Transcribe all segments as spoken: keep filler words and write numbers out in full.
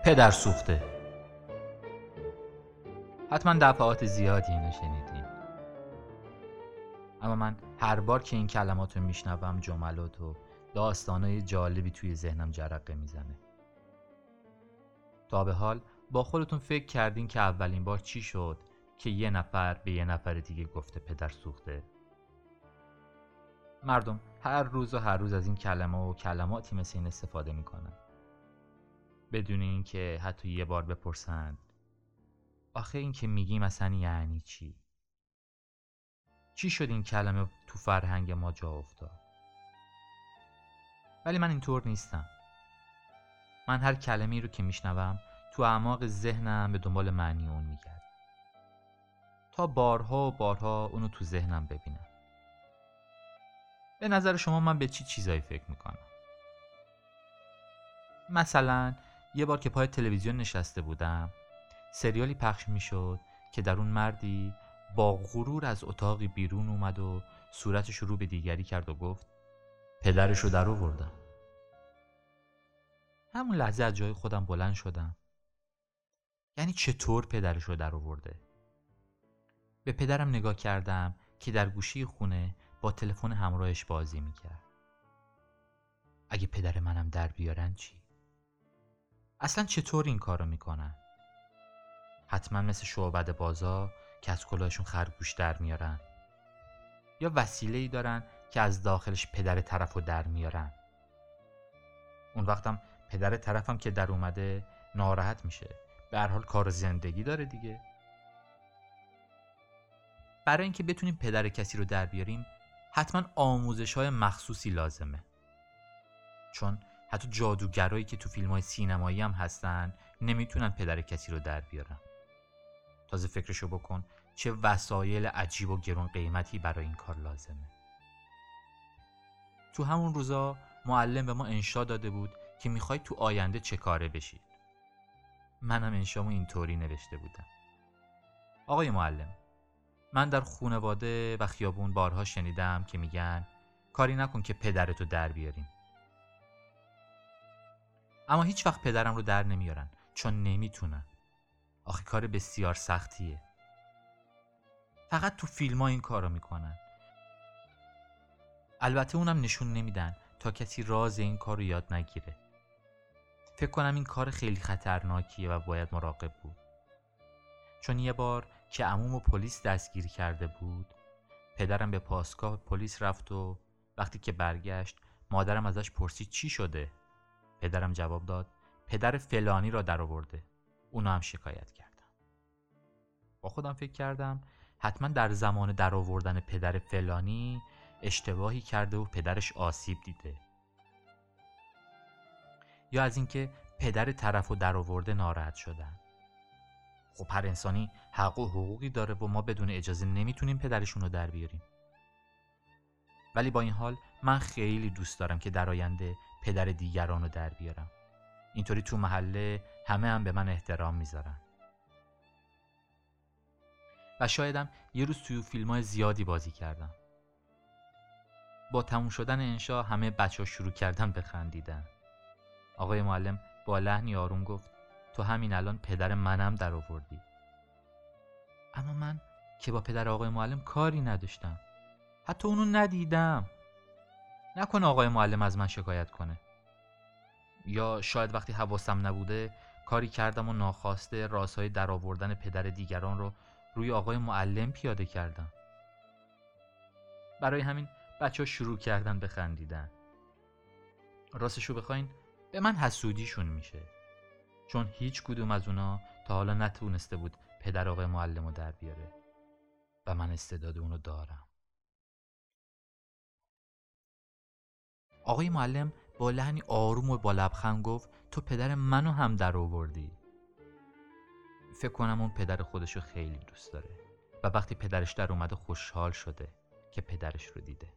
پدر سوخته. حتما دفعات زیادی اینو شنیدین، اما من هر بار که این کلمات رو میشنوم جملات و داستانای جالبی توی ذهنم جرقه میزنه. تا به حال با خودتون فکر کردین که اولین بار چی شد که یه نفر به یه نفر دیگه گفته پدر سوخته؟ مردم هر روز و هر روز از این کلمه و کلماتی مثل این استفاده میکنن، بدون این که حتی یه بار بپرسند آخه این که میگیم اصلا یعنی چی؟ چی شد این کلمه تو فرهنگ ما جا افتاد؟ ولی من اینطور نیستم. من هر کلمه‌ای رو که میشنوم تو اعماق ذهنم به دنبال معنی اون میگردم تا بارها و بارها اونو تو ذهنم ببینم. به نظر شما من به چی چیزایی فکر میکنم؟ مثلا یه بار که پای تلویزیون نشسته بودم، سریالی پخش میشد که در اون مردی با غرور از اتاقی بیرون اومد و صورتش رو به دیگری کرد و گفت پدرش رو در آوردم. همون لحظه از جای خودم بلند شدم. یعنی چطور پدرش رو در آورده؟ به پدرم نگاه کردم که در گوشی خونه با تلفن همراهش بازی میکرد. اگه پدر منم در بیارن چی؟ اصلا چطور این کارو میکنن؟ حتما مثل شعبده بازا که از کلاهشون خرگوش در میارن، یا وسیله‌ای دارن که از داخلش پدر طرفو در میارن. اون وقتم پدر طرفم که در اومده ناراحت میشه، به هر حال کار زندگی داره دیگه. برای اینکه بتونیم پدر کسی رو در بیاریم حتما آموزش‌های مخصوصی لازمه، چون حتی جادوگرایی که تو فیلم‌های سینمایی هم هستن نمیتونن پدر کسی رو در بیارن. تازه فکرشو بکن چه وسایل عجیب و گران قیمتی برای این کار لازمه. تو همون روزا معلم به ما انشا داده بود که میخوای تو آینده چه کاره بشید. منم انشامو اینطوری نوشته بودم: آقای معلم، من در خانواده و خیابون بارها شنیدم که میگن کاری نکن که پدرتو در بیاریم. اما هیچ وقت پدرم رو در نمیارن چون نمیتونن. آخه کار بسیار سختیه. فقط تو فیلم ها این کارو میکنن. البته اونم نشون نمیدن تا کسی راز این کارو یاد نگیره. فکر کنم این کار خیلی خطرناکیه و باید مراقب بود. چون یه بار که عمومو پلیس دستگیر کرده بود، پدرم به پاسگاه پلیس رفت و وقتی که برگشت مادرم ازش پرسید چی شده؟ پدرم جواب داد پدر فلانی را در آورده. اونو هم شکایت کردم. با خودم فکر کردم حتما در زمان در آوردن پدر فلانی اشتباهی کرده و پدرش آسیب دیده، یا از اینکه پدر طرفو در آورده ناراحت شدن. خب هر انسانی حق و حقوقی داره و ما بدون اجازه نمیتونیم پدرشون رو در بیاریم. ولی با این حال من خیلی دوست دارم که در آینده پدر دیگران رو در بیارم. اینطوری تو محله همه هم به من احترام میذارن. و شایدم یه روز توی فیلم‌های زیادی بازی کردم. با تموم شدن انشا همه بچه‌ها شروع کردن به خندیدن. آقای معلم با لحنی آروم گفت تو همین الان پدر منم در آوردی. اما من که با پدر آقای معلم کاری نداشتم. حتی اونو ندیدم. نکنه آقای معلم از من شکایت کنه. یا شاید وقتی حواسم نبوده کاری کردم و ناخواسته رازهای در آوردن پدر دیگران رو روی آقای معلم پیاده کردم. برای همین بچه ها شروع کردن به خندیدن. راستشو بخواین به من حسودیشون میشه، چون هیچ کدوم از اونا تا حالا نتونسته بود پدر آقای معلم رو در بیاره و من استعداد اونو دارم. آقای معلم با لحنی آروم و با لبخند گفت تو پدر منو هم در آوردی. فکر کنم اون پدر خودشو خیلی دوست داره و وقتی پدرش در اومده خوشحال شده که پدرش رو دیده.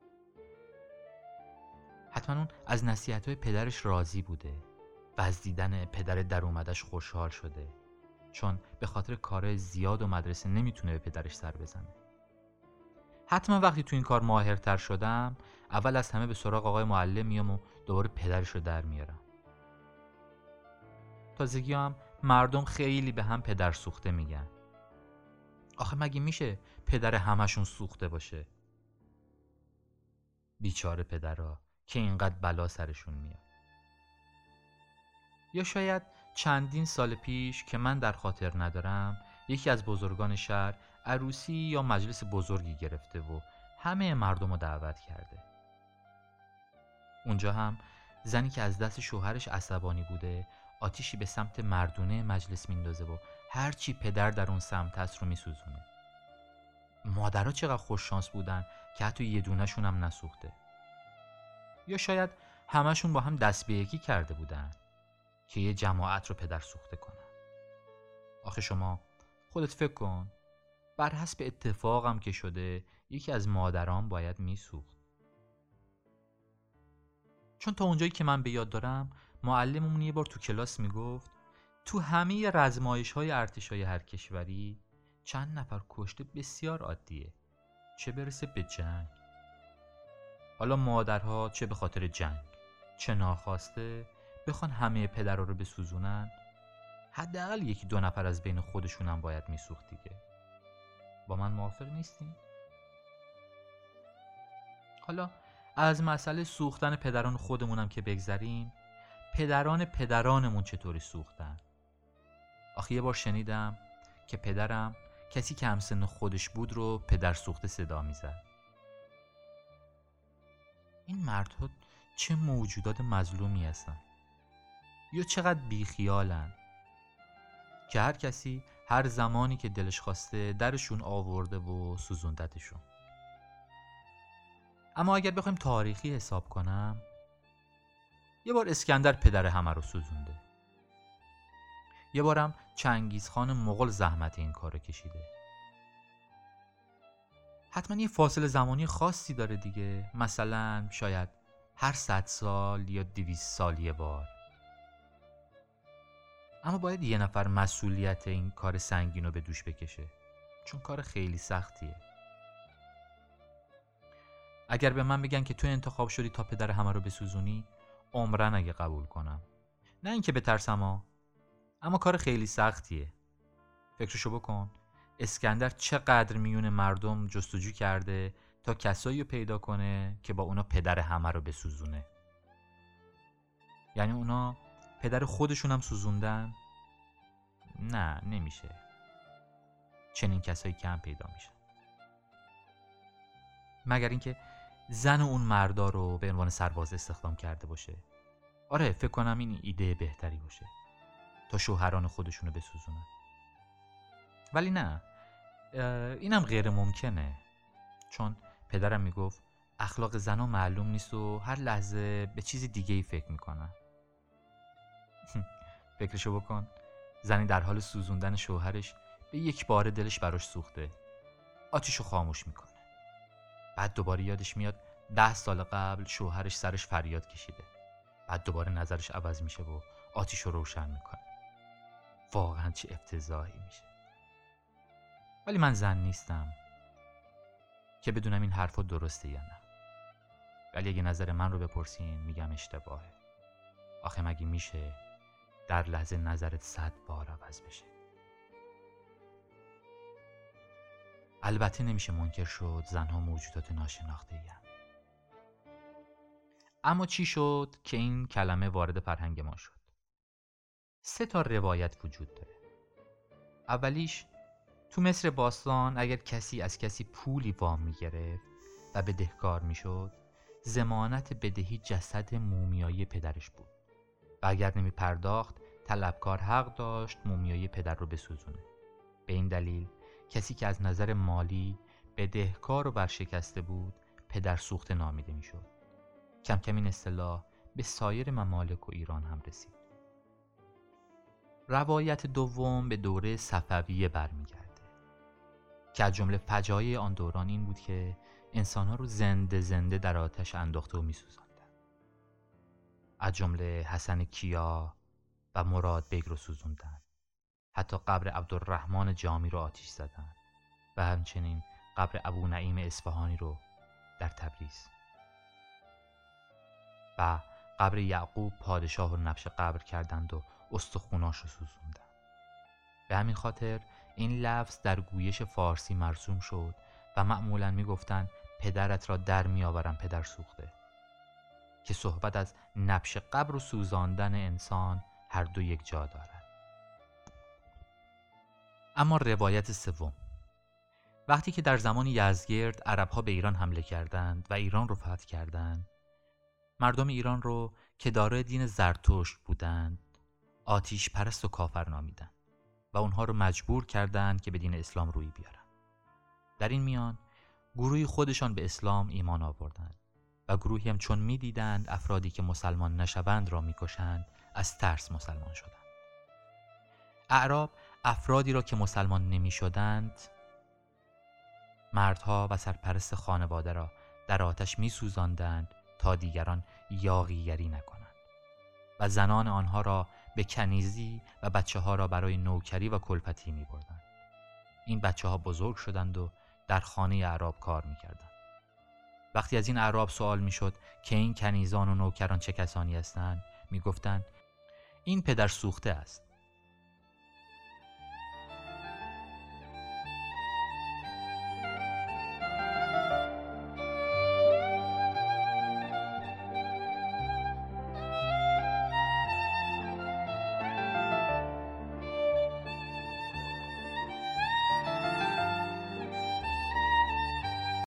حتما اون از نصیحت‌های پدرش راضی بوده و از دیدن پدر در اومدش خوشحال شده، چون به خاطر کارهای زیاد و مدرسه نمیتونه به پدرش سر بزنه. حتما وقتی تو این کار ماهرتر شدم اول از همه به سراغ آقای معلم میام و دوباره پدرش رو در میارم. تازگی هم مردم خیلی به هم پدر سوخته میگن. آخه مگه میشه پدر همشون سوخته باشه؟ بیچاره پدرها که اینقدر بلا سرشون میاد. یا شاید چندین سال پیش که من در خاطر ندارم یکی از بزرگان شهر عروسی یا مجلس بزرگی گرفته و همه مردم رو دعوت کرده. اونجا هم زنی که از دست شوهرش عصبانی بوده آتیشی به سمت مردونه مجلس میندازه و هرچی پدر در اون سمت هست رو میسوزونه. مادرها چقدر خوش شانس بودن که حتی یه دونه‌شون هم نسوخته. یا شاید همشون با هم دست به یکی کرده بودن که یه جماعت رو پدر سوخته کنن. آخه شما خودت فکر کن، بر حسب اتفاقم که شده یکی از مادران باید میسوخت. چون تا اونجایی که من به یاد دارم معلممون یه بار تو کلاس میگفت تو همه رزمایش‌های ارتشای هر کشوری چند نفر کشته بسیار عادیه، چه برسه به جنگ. حالا مادرها چه به خاطر جنگ چه ناخواسته بخوان همه پدرها رو بسوزونن، حداقل یکی دو نفر از بین خودشون هم باید میسوخت دیگه. با من موافق نیستین؟ حالا از مسئله سوختن پدران خودمونم که بگذریم، پدران پدرانمون چطوری سوختن؟ آخه یه بار شنیدم که پدرم کسی که همسن خودش بود رو پدر سوخته صدا میزد. این مردها چه موجودات مظلومی هستن یا چقدر بیخیالن که هر کسی هر زمانی که دلش خواسته درشون آورده و سوزوندتشون. اما اگر بخوایم تاریخی حساب کنم، یه بار اسکندر پدر همه رو سوزونده. یه بارم چنگیز خان مغول زحمت این کارو کشیده. حتما یه فاصله زمانی خاصی داره دیگه، مثلا شاید هر صد سال یا دویست سال یه بار. اما باید یه نفر مسئولیت این کار سنگین رو به دوش بکشه، چون کار خیلی سختیه. اگر به من بگن که تو انتخاب شدی تا پدر همه رو بسوزونی، عمرن اگه قبول کنم. نه اینکه بترسم ها، اما کار خیلی سختیه. فکرشو بکن، اسکندر چقدر میون مردم جستجو کرده تا کسایی رو پیدا کنه که با اونا پدر همه رو بسوزونه. یعنی اونا پدر خودشون هم سوزوندن؟ نه، نمیشه. چنین کسایی کم پیدا میشن، مگر اینکه زن اون مردا رو به عنوان سرباز استخدام کرده باشه. آره، فکر کنم این ایده بهتری باشه تا شوهران خودشونو بسوزونن. ولی نه، اینم غیر ممکنه، چون پدرم میگفت اخلاق زنا معلوم نیست و هر لحظه به چیز دیگه ای فکر میکنن. فکرشو بکن، زنی در حال سوزوندن شوهرش به یک بار دلش براش سوخته، آتیشو خاموش میکنه. بعد دوباره یادش میاد ده سال قبل شوهرش سرش فریاد کشیده. بعد دوباره نظرش عوض میشه و آتیشو روشن میکنه. واقعا چه افتضاحی میشه. ولی من زن نیستم که بدونم این حرفا درسته یا نه. ولی اگه نظر من رو بپرسین میگم اشتباهه. آخه مگه میشه در لحظه نظرت صد بار عوض بشه؟ البته نمیشه منکر شد زنها موجودات ناشناخته ای هستند. اما چی شد که این کلمه وارد فرهنگ ما شد؟ سه تا روایت وجود داره. اولیش تو مصر باستان اگر کسی از کسی پولی وام میگرفت و بدهکار میشد، ضمانت بدهی جسد مومیایی پدرش بود و اگر نمی پرداخت طلبکار حق داشت مومیایی پدر رو بسوزونه. به این دلیل کسی که از نظر مالی بدهکار و ورشکسته بود پدر سوخته نامیده میشد. کم کم این اصطلاح به سایر ممالک و ایران هم رسید. روایت دوم به دوره صفویه برمیگرده که از جمله فجایع آن دوران این بود که انسان‌ها رو زنده زنده در آتش انداخته و می‌سوزاندند. از جمله حسن کیا و مراد بیگ رو سوزوندند. حتی قبر عبدالرحمن جامی رو آتش زدند و همچنین قبر ابو نعیم اصفهانی رو در تبریز و قبر یعقوب پادشاه رو نبش قبر کردند و استخوناشو سوزوندم. به همین خاطر این لفظ در گویش فارسی مرسوم شد و معمولاً میگفتن پدرت را در میآورم پدر سوخته، که صحبت از نبش قبر و سوزاندن انسان هر دو یک جا دارد. اما روایت سوم، وقتی که در زمان یزدگرد عرب‌ها به ایران حمله کردند و ایران رو فتح کردند، مردم ایران رو که دارای دین زرتشت بودند آتیش پرست و کافر نامیدند و اونها رو مجبور کردند که به دین اسلام روی بیارن. در این میان گروهی خودشان به اسلام ایمان آوردند و گروهی هم چون می‌دیدند افرادی که مسلمان نشوند را می‌کشند از ترس مسلمان شدند. اعراب افرادی را که مسلمان نمی‌شدند، مردها و سرپرست خانواده را در آتش می‌سوزاندند تا دیگران یاغیگری نکنند و زنان آنها را به کنیزی و بچه ها را برای نوکری و کلفتی می بردند. این بچه ها بزرگ شدند و در خانه اعراب کار می کردند. وقتی از این اعراب سوال می شد که این کنیزان و نوکران چه کسانی هستند، می گفتند این پدر سوخته است